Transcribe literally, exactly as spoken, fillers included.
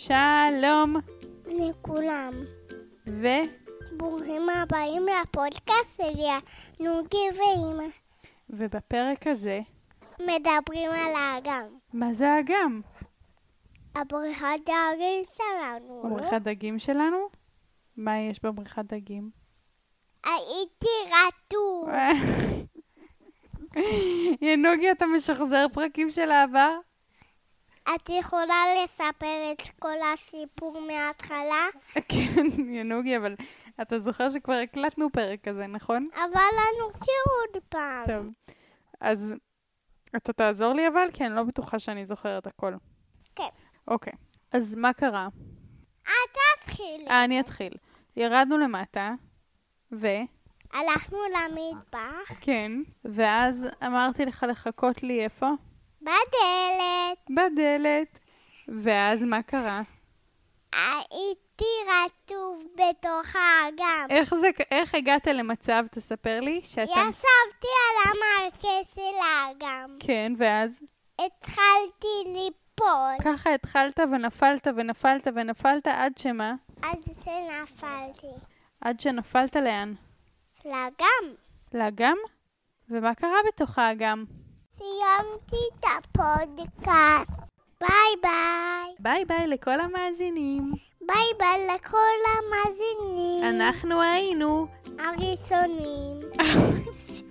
שלום לכולם. ו... ברוכים הבאים לפודקאסט שלי, נוגי ואמא. ובפרק הזה מדברים על האגם. מה זה האגם? הבריכת דגים שלנו. בריכת דגים שלנו? מה יש בבריכת דגים? הייתי רטוב. ינוגי, אתה משחזר פרקים של העבר? את יכולה לספר את כל הסיפור מההתחלה? כן, ינוגי, אבל אתה זוכר שכבר הקלטנו פרק כזה, נכון? אבל אני רוצה עוד פעם. טוב, אז אתה תעזור לי אבל? כי אני לא בטוחה שאני זוכרת הכל. כן. אוקיי, אז מה קרה? את תתחילי. אה, אני אתחיל. ירדנו למטה, ו... הלכנו למטבח. כן, ואז אמרתי לך לחכות לי איפה? בדלת. בדלת. ואז מה קרה? הייתי רטוב בתוך האגם. איך זה, איך הגעת למצב, תספר לי, שאתה... ישבתי על המרכז של האגם. כן, ואז? התחלתי ליפול. ככה התחלת ונפלת ונפלת ונפלת עד שמה? עד שנפלתי. עד שנפלת לאן? לאגם. לאגם? ומה קרה בתוך האגם? סיימתי את הפודקאסט. ביי ביי. ביי ביי לכל המאזינים. ביי ביי לכל המאזינים. אנחנו היינו הראשונים.